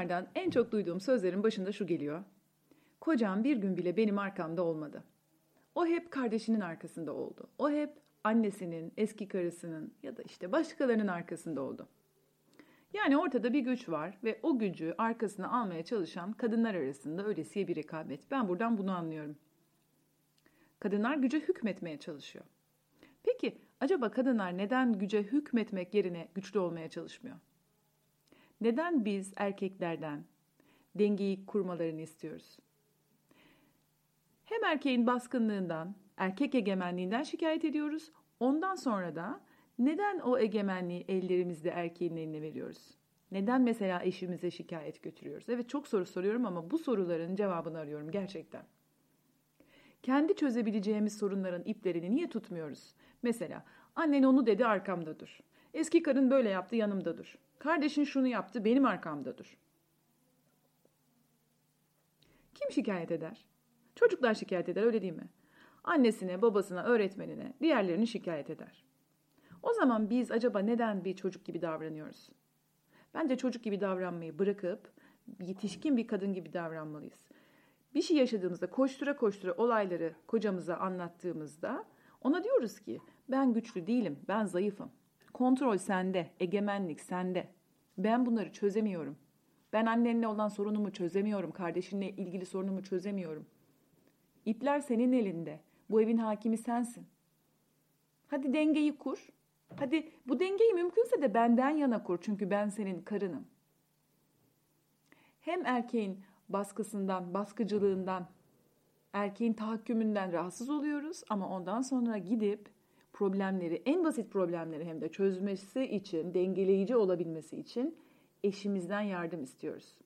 kadınlardan en çok duyduğum sözlerin başında şu geliyor. Kocam bir gün bile benim arkamda olmadı. O hep kardeşinin arkasında oldu. O hep annesinin, eski karısının ya da işte başkalarının arkasında oldu. Yani ortada bir güç var ve o gücü arkasına almaya çalışan kadınlar arasında öylesiye bir rekabet. Ben buradan bunu anlıyorum. Kadınlar güce hükmetmeye çalışıyor. Peki acaba kadınlar neden güce hükmetmek yerine güçlü olmaya çalışmıyor? Neden biz erkeklerden dengeyi kurmalarını istiyoruz? Hem erkeğin baskınlığından, erkek egemenliğinden şikayet ediyoruz. Ondan sonra da neden o egemenliği ellerimizde erkeğin eline veriyoruz? Neden mesela eşimize şikayet götürüyoruz? Evet, çok soru soruyorum ama bu soruların cevabını arıyorum gerçekten. Kendi çözebileceğimiz sorunların iplerini niye tutmuyoruz? Mesela annen onu dedi arkamda dur. Eski karın böyle yaptı yanımda dur. Kardeşin şunu yaptı benim arkamda dur. Kim şikayet eder? Çocuklar şikayet eder, öyle değil mi? Annesine, babasına, öğretmenine, diğerlerini şikayet eder. O zaman biz acaba neden bir çocuk gibi davranıyoruz? Bence çocuk gibi davranmayı bırakıp yetişkin bir kadın gibi davranmalıyız. Bir şey yaşadığımızda koştura koştura olayları kocamıza anlattığımızda ona diyoruz ki ben güçlü değilim, ben zayıfım. Kontrol sende, egemenlik sende. Ben bunları çözemiyorum. Ben annenle olan sorunumu çözemiyorum, kardeşinle ilgili sorunumu çözemiyorum. İpler senin elinde. Bu evin hakimi sensin. Hadi dengeyi kur. Hadi bu dengeyi mümkünse de benden yana kur. Çünkü ben senin karınım. Hem erkeğin baskısından, baskıcılığından, erkeğin tahakkümünden rahatsız oluyoruz. Ama ondan sonra gidip problemleri, en basit problemleri hem de çözmesi için, dengeleyici olabilmesi için eşimizden yardım istiyoruz.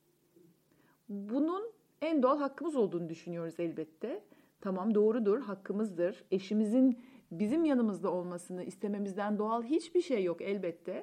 Bunun en doğal hakkımız olduğunu düşünüyoruz elbette. Tamam, doğrudur, hakkımızdır. Eşimizin bizim yanımızda olmasını istememizden doğal hiçbir şey yok elbette.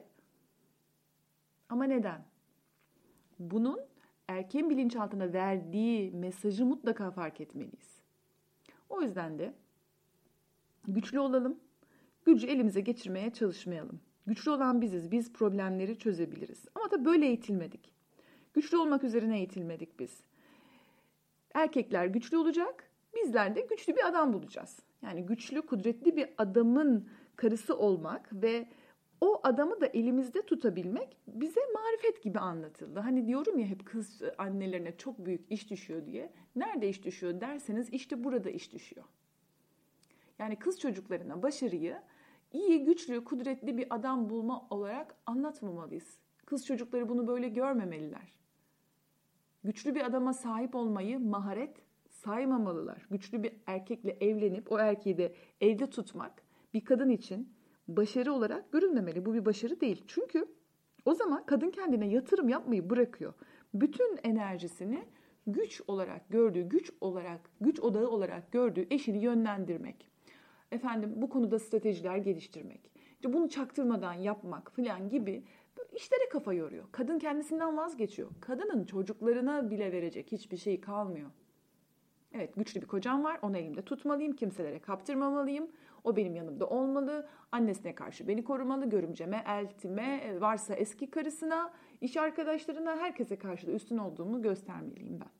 Ama neden? Bunun erkeğin bilinçaltına verdiği mesajı mutlaka fark etmeliyiz. O yüzden de güçlü olalım, gücü elimize geçirmeye çalışmayalım. Güçlü olan biziz, biz problemleri çözebiliriz. Ama da böyle eğitilmedik. Güçlü olmak üzerine eğitilmedik biz. Erkekler güçlü olacak, bizler de güçlü bir adam bulacağız. Yani güçlü, kudretli bir adamın karısı olmak ve o adamı da elimizde tutabilmek bize marifet gibi anlatıldı. Hani diyorum ya hep kız annelerine çok büyük iş düşüyor diye. Nerede iş düşüyor derseniz işte burada iş düşüyor. Yani kız çocuklarına başarıyı iyi, güçlü, kudretli bir adam bulma olarak anlatmamalıyız. Kız çocukları bunu böyle görmemeliler. Güçlü bir adama sahip olmayı maharet saymamalılar. Güçlü bir erkekle evlenip o erkeği de elde tutmak bir kadın için başarı olarak görülmemeli. Bu bir başarı değil. Çünkü o zaman kadın kendine yatırım yapmayı bırakıyor. Bütün enerjisini güç olarak gördüğü, güç odağı olarak gördüğü eşini yönlendirmek. Efendim bu konuda stratejiler geliştirmek. İşte bunu çaktırmadan yapmak falan gibi işlere kafa yoruyor. Kadın kendisinden vazgeçiyor. Kadının çocuklarına bile verecek hiçbir şey kalmıyor. Evet, güçlü bir kocam var, onu elimde tutmalıyım, kimselere kaptırmamalıyım. O benim yanımda olmalı, annesine karşı beni korumalı, görümceme, eltime, varsa eski karısına, iş arkadaşlarına, herkese karşı da üstün olduğumu göstermeliyim ben.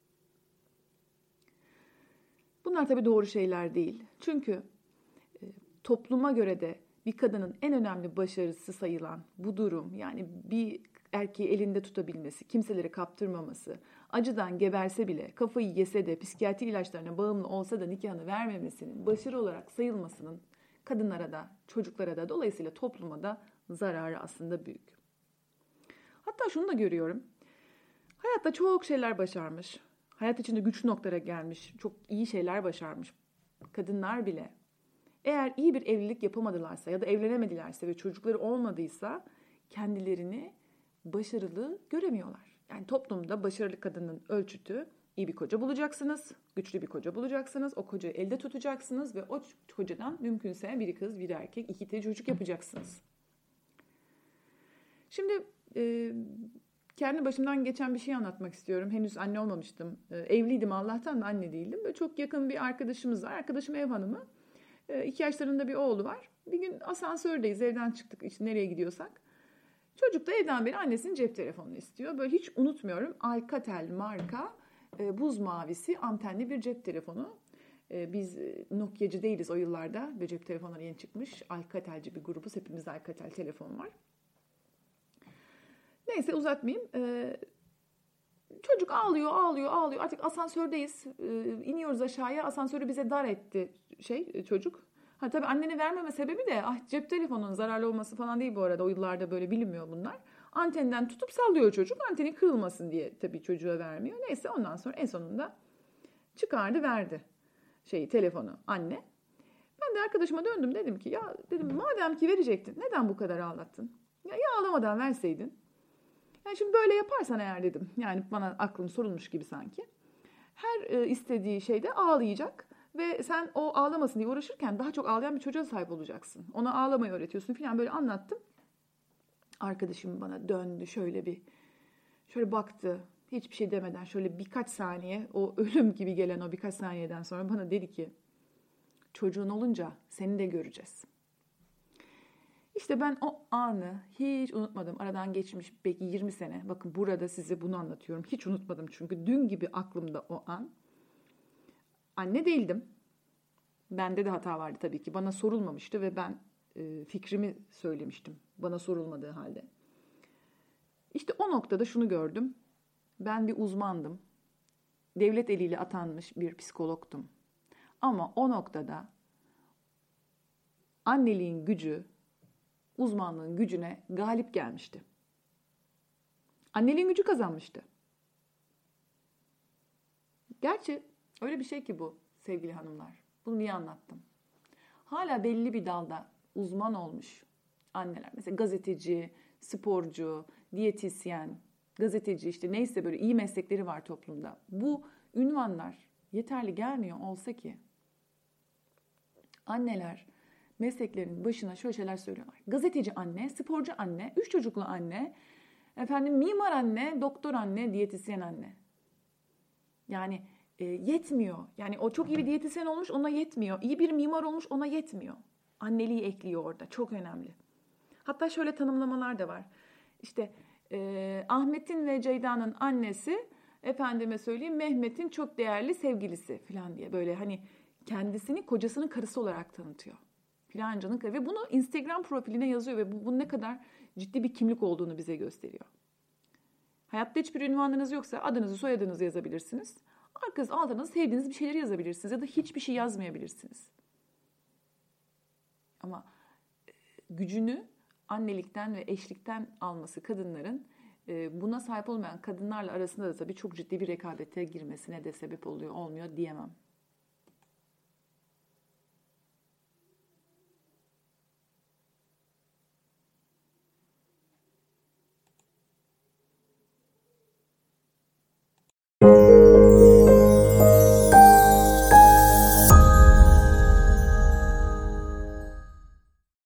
Bunlar tabii doğru şeyler değil. Çünkü topluma göre de bir kadının en önemli başarısı sayılan bu durum, yani bir erkeği elinde tutabilmesi, kimselere kaptırmaması, acıdan geberse bile, kafayı yese de, psikiyatri ilaçlarına bağımlı olsa da nikahını vermemesinin başarı olarak sayılmasının kadınlara da, çocuklara da, dolayısıyla topluma da zararı aslında büyük. Hatta şunu da görüyorum. Hayatta çok şeyler başarmış, hayat içinde güçlü noktalara gelmiş, çok iyi şeyler başarmış kadınlar bile, eğer iyi bir evlilik yapamadılarsa ya da evlenemedilerse ve çocukları olmadıysa kendilerini başarılı göremiyorlar. Yani toplumda başarılı kadının ölçütü iyi bir koca bulacaksınız, güçlü bir koca bulacaksınız, o kocayı elde tutacaksınız ve o kocadan mümkünse biri kız, biri erkek, 2 tane çocuk yapacaksınız. Şimdi kendi başımdan geçen bir şey anlatmak istiyorum. Henüz anne olmamıştım. Evliydim Allah'tan da anne değildim. Böyle çok yakın bir arkadaşımız var. Arkadaşım ev hanımı. 2 yaşlarında bir oğlu var. Bir gün asansördeyiz, evden çıktık işte nereye gidiyorsak. Çocuk da evden beri annesinin cep telefonunu istiyor. Böyle hiç unutmuyorum. Alcatel marka buz mavisi antenli bir cep telefonu. Biz Nokia'cı değiliz o yıllarda ve cep telefonları yeni çıkmış. Alcatel'ci bir grubuz. Hepimizde Alcatel telefon var. Neyse uzatmayayım. Çocuk ağlıyor. Artık asansördeyiz. İniyoruz aşağıya. Asansörü bize dar etti çocuk. Ha tabii annene vermeme sebebi de cep telefonunun zararlı olması falan değil bu arada. O yıllarda böyle bilinmiyor bunlar. Antenden tutup sallıyor çocuk. Anteni kırılmasın diye tabii çocuğa vermiyor. Neyse ondan sonra en sonunda çıkardı verdi telefonu anne. Ben de arkadaşıma döndüm dedim ki ya dedim madem ki verecektin neden bu kadar ağlattın? Ya ağlamadan verseydin. Yani şimdi böyle yaparsan eğer dedim. Yani bana aklım sorulmuş gibi sanki. Her istediği şeyde ağlayacak. Ve sen o ağlamasın diye uğraşırken daha çok ağlayan bir çocuğa sahip olacaksın. Ona ağlamayı öğretiyorsun falan böyle anlattım. Arkadaşım bana döndü şöyle baktı. Hiçbir şey demeden şöyle birkaç saniye o ölüm gibi gelen o birkaç saniyeden sonra bana dedi ki çocuğun olunca seni de göreceğiz. İşte ben o anı hiç unutmadım. Aradan geçmiş belki 20 sene. Bakın burada size bunu anlatıyorum. Hiç unutmadım çünkü dün gibi aklımda o an. Anne değildim. Bende de hata vardı tabii ki. Bana sorulmamıştı ve ben fikrimi söylemiştim. Bana sorulmadığı halde. İşte o noktada şunu gördüm. Ben bir uzmandım. Devlet eliyle atanmış bir psikologtum. Ama o noktada anneliğin gücü uzmanlığın gücüne galip gelmişti. Anneliğin gücü kazanmıştı. Gerçi öyle bir şey ki bu sevgili hanımlar. Bunu niye anlattım? Hala belli bir dalda uzman olmuş anneler. Mesela gazeteci, sporcu, diyetisyen, gazeteci işte neyse böyle iyi meslekleri var toplumda. Bu ünvanlar yeterli gelmiyor olsa ki anneler mesleklerin başına şöyle şeyler söylüyorlar. Gazeteci anne, sporcu anne, 3 çocuklu anne, mimar anne, doktor anne, diyetisyen anne. Yani yetmiyor. Yani o çok iyi bir diyetisyen olmuş ona yetmiyor. İyi bir mimar olmuş ona yetmiyor. Anneliği ekliyor orada. Çok önemli. Hatta şöyle tanımlamalar da var. İşte Ahmet'in ve Ceyda'nın annesi efendime söyleyeyim Mehmet'in çok değerli sevgilisi falan diye böyle hani kendisini kocasının karısı olarak tanıtıyor. Filancanın ve bunu Instagram profiline yazıyor ve bunun ne kadar ciddi bir kimlik olduğunu bize gösteriyor. Hayatta hiçbir ünvanınız yoksa adınızı soyadınızı yazabilirsiniz. Altına sevdiğiniz bir şeyleri yazabilirsiniz ya da hiçbir şey yazmayabilirsiniz. Ama gücünü annelikten ve eşlikten alması kadınların buna sahip olmayan kadınlarla arasında da tabii çok ciddi bir rekabete girmesine de sebep olmuyor diyemem.